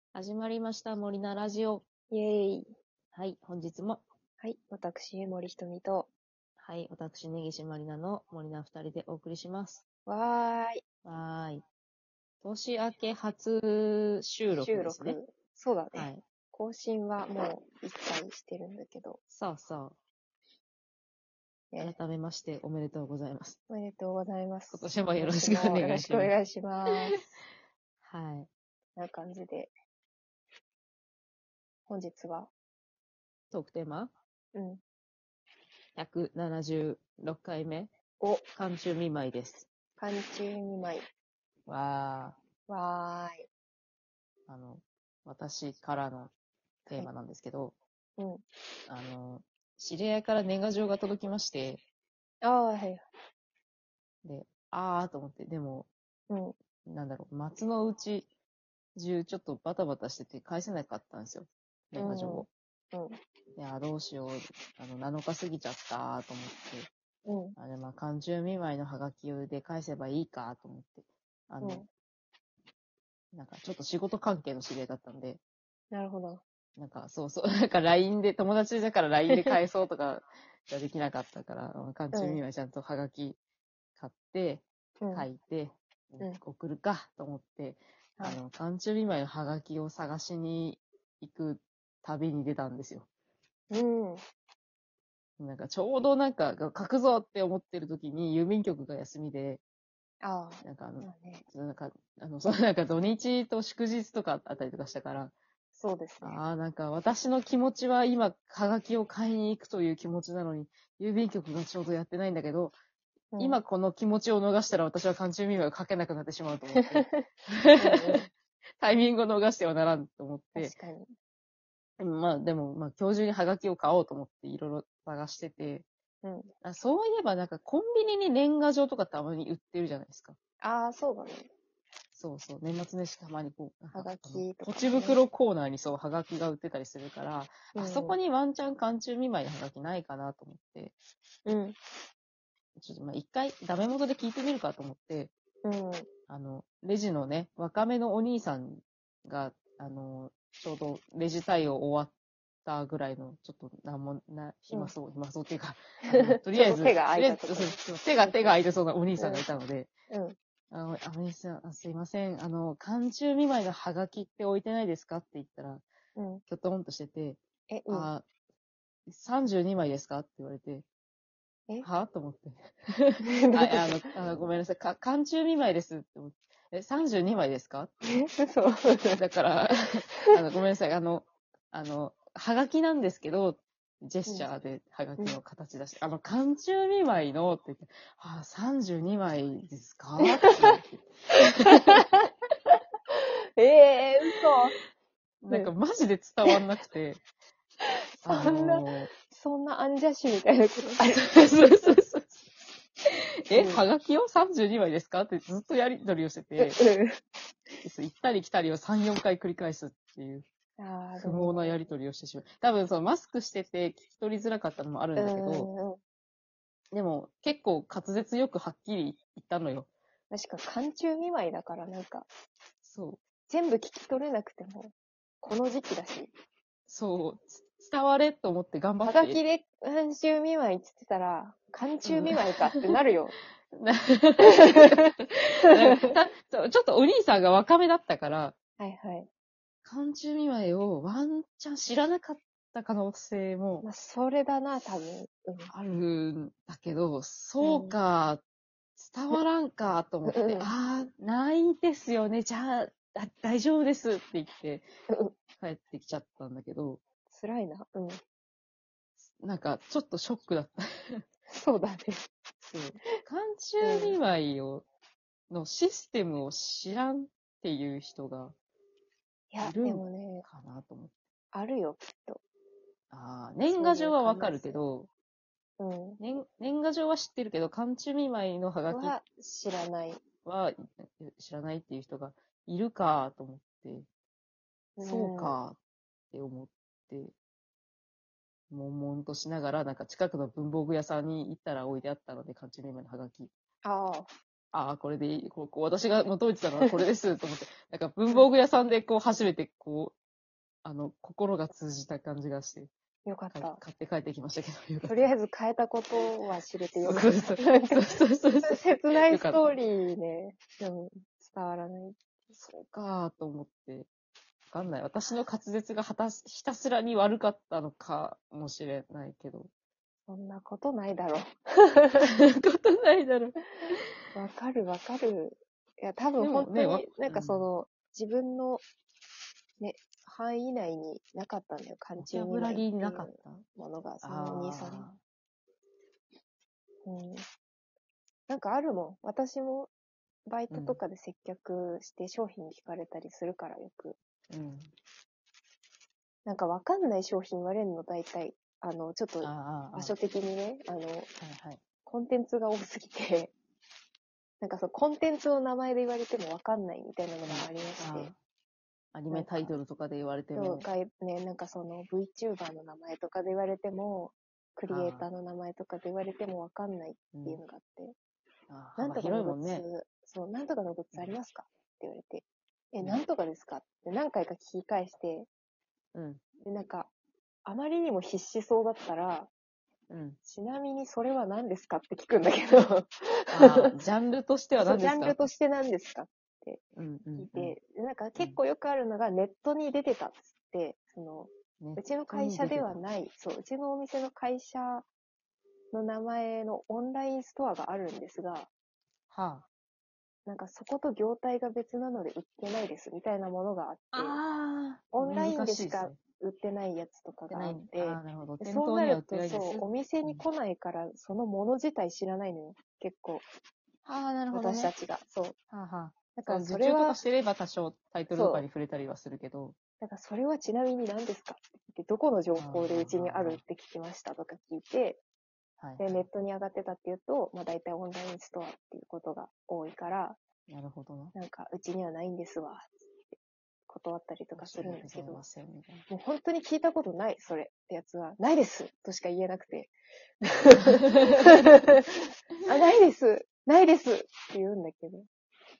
始まりました、森菜ラジオ。 イェーイ。 はい、本日も。 はい。私、森ひとみと、 はい、私、根岸まりなの森菜二人でお送りします。 わーい。 はーい。年明け初収録ですね。 そうだね。 はい。 更新はもう一回してるんだけど。 そうそう。 ね。 改めましておめでとうございます。 おめでとうございます。 今年もよろしくお今年もよろ願いします。 しくお願いします。 はい。 こんな感じで、本日は、 トークテーマうん。 176回目。 お、 寒中見舞いです。 寒中見舞い。 わわーい。 ー。私からのテーマなんですけど、 うん。 知り合いから年賀状が届きまして、 はい。 で、あーと思って、でも、 うん。 松の内中ちょっとバタバタしてて返せなかったんですよ。年賀状を。 うん。 いや、どうしよう。7日過ぎちゃったと思って。 うん。 寒中見舞いのハガキで返せばいいかと思って。 うん。 ちょっと仕事関係の知り合いだったんで、 なるほど。 そうそう、LINE で、友達だから LINE で返そうとかじゃできなかったから、寒中見舞いちゃんとハガキ買って、書いて、送るかと思って、寒中見舞いのハガキを探しに行く旅に出たんですよ。 うん。 ちょうど書くぞって思ってる時に郵便局が休みで、 ああ。 土日と祝日とかあったりとかしたから、 そうですね。 私の気持ちは今、ハガキを買いに行くという気持ちなのに、郵便局がちょうどやってないんだけど、今この気持ちを逃したら私は寒中見舞いをかけなくなってしまうと思って、タイミングを逃してはならんと思って、 確かに。 でも、今日中にハガキを買おうと思っていろいろ探してて、そういえばコンビニに年賀状とかたまに売ってるじゃないですか。 ああ、そうだね。 そうそう。年末年始たまにハガキとか、ね。 ポチ袋コーナーにハガキが売ってたりするから、 あそこにワンチャン寒中見舞いのハガキないかなと思って、ちょっと一回ダメ元で聞いてみるかと思って、レジのね、若めのお兄さんが、ちょうどレジ対応終わったぐらいの、ちょっと暇そうっていうか、とりあえず、 手が空いたところ。 手が空いてそうなお兄さんがいたので、お兄さん、すいません、寒中見舞いのハガキって置いてないですかって言ったら、きょとんとしてて、32枚ですかって言われて、はと思って。ごめんなさい。寒中見舞いですって思って。32枚ですかそう。 だから、ごめんなさい。はがきなんですけど、ジェスチャーではがきの形出して、寒中見舞いのって言って、32枚ですかって言って嘘。 マジで伝わんなくて。 そんなアンジャッシュみたいなこと。 そう。はがきを32枚ですかってずっとやり取りをしてて、行ったり来たりを3、4回繰り返すっていう、不毛なやり取りをしてしまう。多分マスクしてて聞き取りづらかったのもあるんだけど、でも結構滑舌よくはっきり言ったのよ。 確か寒中見舞いだからそう。 全部聞き取れなくても、この時期だし。 そう。伝われと思って頑張って。 はがきで寒中見舞いって言ってたら、寒中見舞いかってなるよ。 ちょっとお兄さんが若めだったから、寒中見舞いをワンチャン知らなかった可能性も、 それだな、多分。 あるんだけど、そうか、伝わらんかと思って、ないですよね、じゃあ、大丈夫ですって言って、帰ってきちゃったんだけど、 辛いな。 ちょっとショックだった。 そうだね。 そう。寒中見舞いのシステムを知らんっていう人がいるんかなと思って。 あるよ、きっと。 年賀状はわかるけど、年賀状は知ってるけど、寒中見舞いのハガキは知らないっていう人がいるかと思って、そうかって思って、悶々としながら、近くの文房具屋さんに行ったら置いてあったので、寒中見舞いのハガキ。 ああ、これでいい。私が求めてたのはこれです、と思って。なんか文房具屋さんで初めて心が通じた感じがして。 よかった。 買って帰ってきましたけど。 とりあえず変えたことは知れてよかった。 そう。 切ないストーリーね。でも伝わらない。 そうかと思って。わかんない。私の滑舌がひたすらに悪かったのかもしれないけど。 そんなことないだろう。 ことないだろう。 わかる。いや、多分本当に、なんか自分の、ね、範囲内になかったんだよ。寒中見舞いっていうものが、そのお兄さんの。なんかあるもん。私も、バイトとかで接客して商品聞かれたりするからよく。なんかわかんない商品言われるの大体、ちょっと場所的にね、コンテンツが多すぎて、なんかコンテンツの名前で言われてもわかんないみたいなのがありまして。 アニメタイトルとかで言われても。 ね、なんかVTuber の名前とかで言われても、クリエイターの名前とかで言われてもわかんないっていうのがあって。なんとかのグッズ、なんとかのグッズありますかって言われて。なんとかですかって何回か聞き返して、で、なんか、あまりにも必死そうだったら、ちなみにそれは何ですかって聞くんだけど。 ジャンルとしては何ですか？ ジャンルとして何ですかって聞いて、なんか結構よくあるのがネットに出てたっつって、うちの会社ではない、うちのお店の会社の名前のオンラインストアがあるんですが、なんかそこと業態が別なので売ってないですみたいなものがあって、オンラインでしか売ってないやつとかがあって、そうなるとお店に来ないからそのもの自体知らないのよ、結構。 なるほどね。 私たちが。そう。 だからそれは。受注とかしてれば多少タイトルとかに触れたりはするけど。 だからそれはちなみに何ですかって聞いて、どこの情報でうちにあるって聞きましたとか聞いて、で、ネットに上がってたっていうと、まあ大体オンラインストアっていうことが多いから、 なるほどな。 なんかうちにはないんですわ、って断ったりとかするんですけど、もう本当に聞いたことない、それってやつは、ないですとしか言えなくて。ないですって言うんだけど。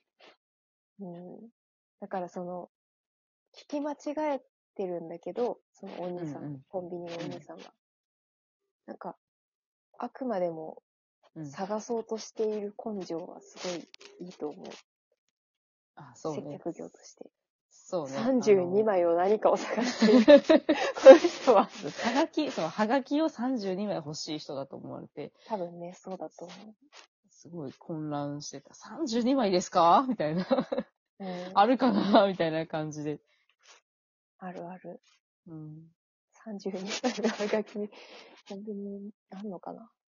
だから聞き間違えてるんだけど、そのお兄さん、コンビニのお兄さんが。なんか、あくまでも探そうとしている根性はすごいいいと思う。接客業として。 そうね。 32枚を何かを探している。この人は。 はがきを32枚欲しい人だと思われて。 多分ね、そうだと思う。 すごい混乱してた。32枚ですかみたいな。あるかなみたいな感じで。 ある。32枚のハガキ、コンビニあんのかな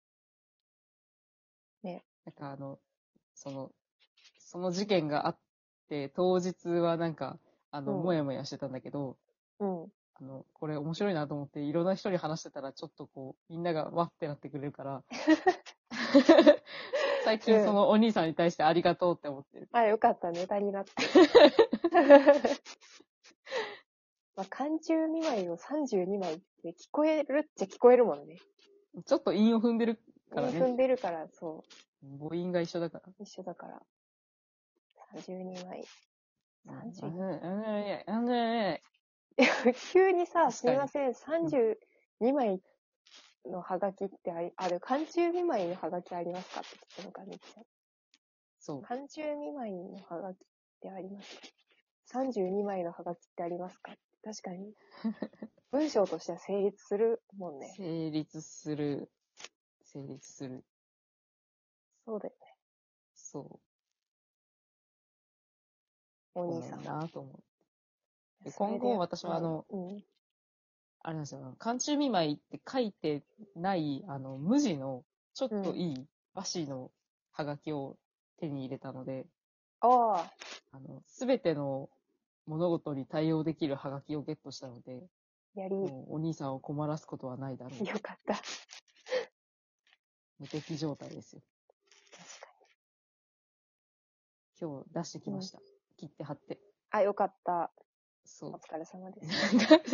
ね。 なんかその事件があって、当日はなんか、もやもやしてたんだけど、これ面白いなと思って、いろんな人に話してたら、ちょっとみんながわってなってくれるから、最近そのお兄さんに対してありがとうって思ってる。 よかった、ネタになって。まあ、寒中見舞いを32枚って聞こえるっちゃ聞こえるもんね。 ちょっと韻を踏んでるからね。 韻踏んでるから、そう。 母音が一緒だから。 一緒だから。32枚。急にさ、すみません、32枚のハガキって寒中見舞いのハガキありますかって聞くのか、めっちゃ。 そう。 寒中見舞いのハガキってありますか ?32 枚のハガキってありますか確かに。文章としては成立するもんね。 成立する。 そうだよね。 そう。 お兄さん。 なと思う。で今後私はあれなんですよ、寒中見舞いって書いてない、無地の、ちょっといい和紙のハガキを手に入れたので、すべての物事に対応できるハガキをゲットしたので、もうお兄さんを困らすことはないだろう。 よかった。 無敵状態ですよ。 確かに。今日出してきました。切って貼って。 よかった。 そう。 お疲れ様です。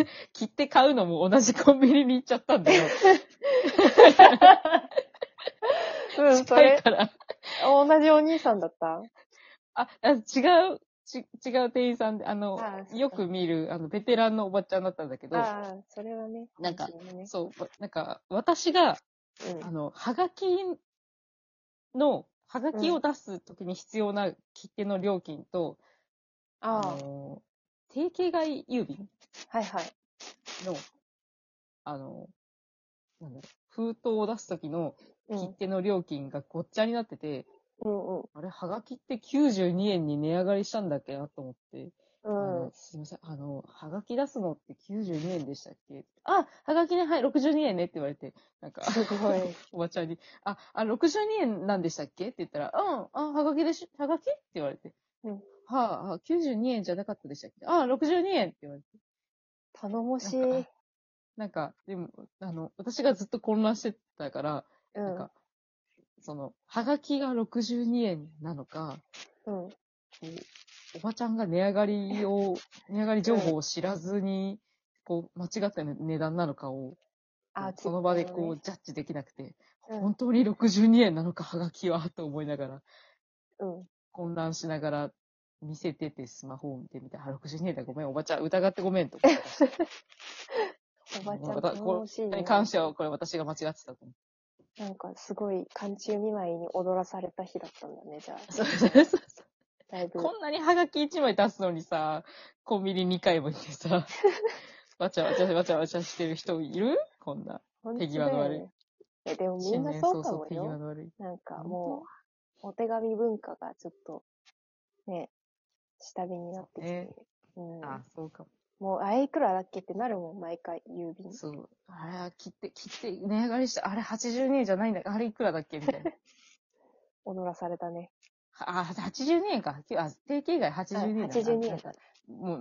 切って買うのも同じコンビニに行っちゃったんだよ。近いから。 同じお兄さんだった？ 違う店員さんで、よく見る、ベテランのおばちゃんだったんだけど、 それはね。 なんか、そう、私が、はがきを出すときに必要な切手の料金と、定型外郵便の、封筒を出すときの切手の料金がごっちゃになってて、あれ、はがきって92円に値上がりしたんだっけなと思って、すいません、はがき出すのって92円でしたっけ？はがきね、はい、62円ねって言われて、 すごい。 おばちゃんに、62円なんでしたっけって言ったら、はがきはがきって言われて、92円じゃなかったでしたっけ？62円って言われて。 頼もしい。 でも、私がずっと混乱してたから、はがきが62円なのか、おばちゃんが値上がり情報を知らずに、間違った値段なのかを、その場でジャッジできなくて、本当に62円なのか、はがきは、と思いながら、混乱しながら見せてて、スマホを見てみたら、62円だ、ごめん、おばちゃん、疑ってごめん、と思って。 おばちゃん、頼もしいね。 これに関しては、これ私が間違ってたと思う。 すごい、寒中見舞いに踊らされた日だったんだね、じゃあ。 そう。だいぶこんなにハガキ1枚出すのにさ、コンビニ2回も行ってさ、わちゃわちゃしてる人いる？こんな。手際の悪い。 でもみんなそうかもよ。 手際の悪い。 もう、お手紙文化がちょっと、ね、下火になってきて。 そうかも。 もう、あれいくらだっけってなるもん、毎回、郵便。 そう。あれは切って、値上がりした。あれ82円じゃないんだ。あれいくらだっけみたいな。 踊らされたね。 82円か。定型外82円だ。 82円だ。 もう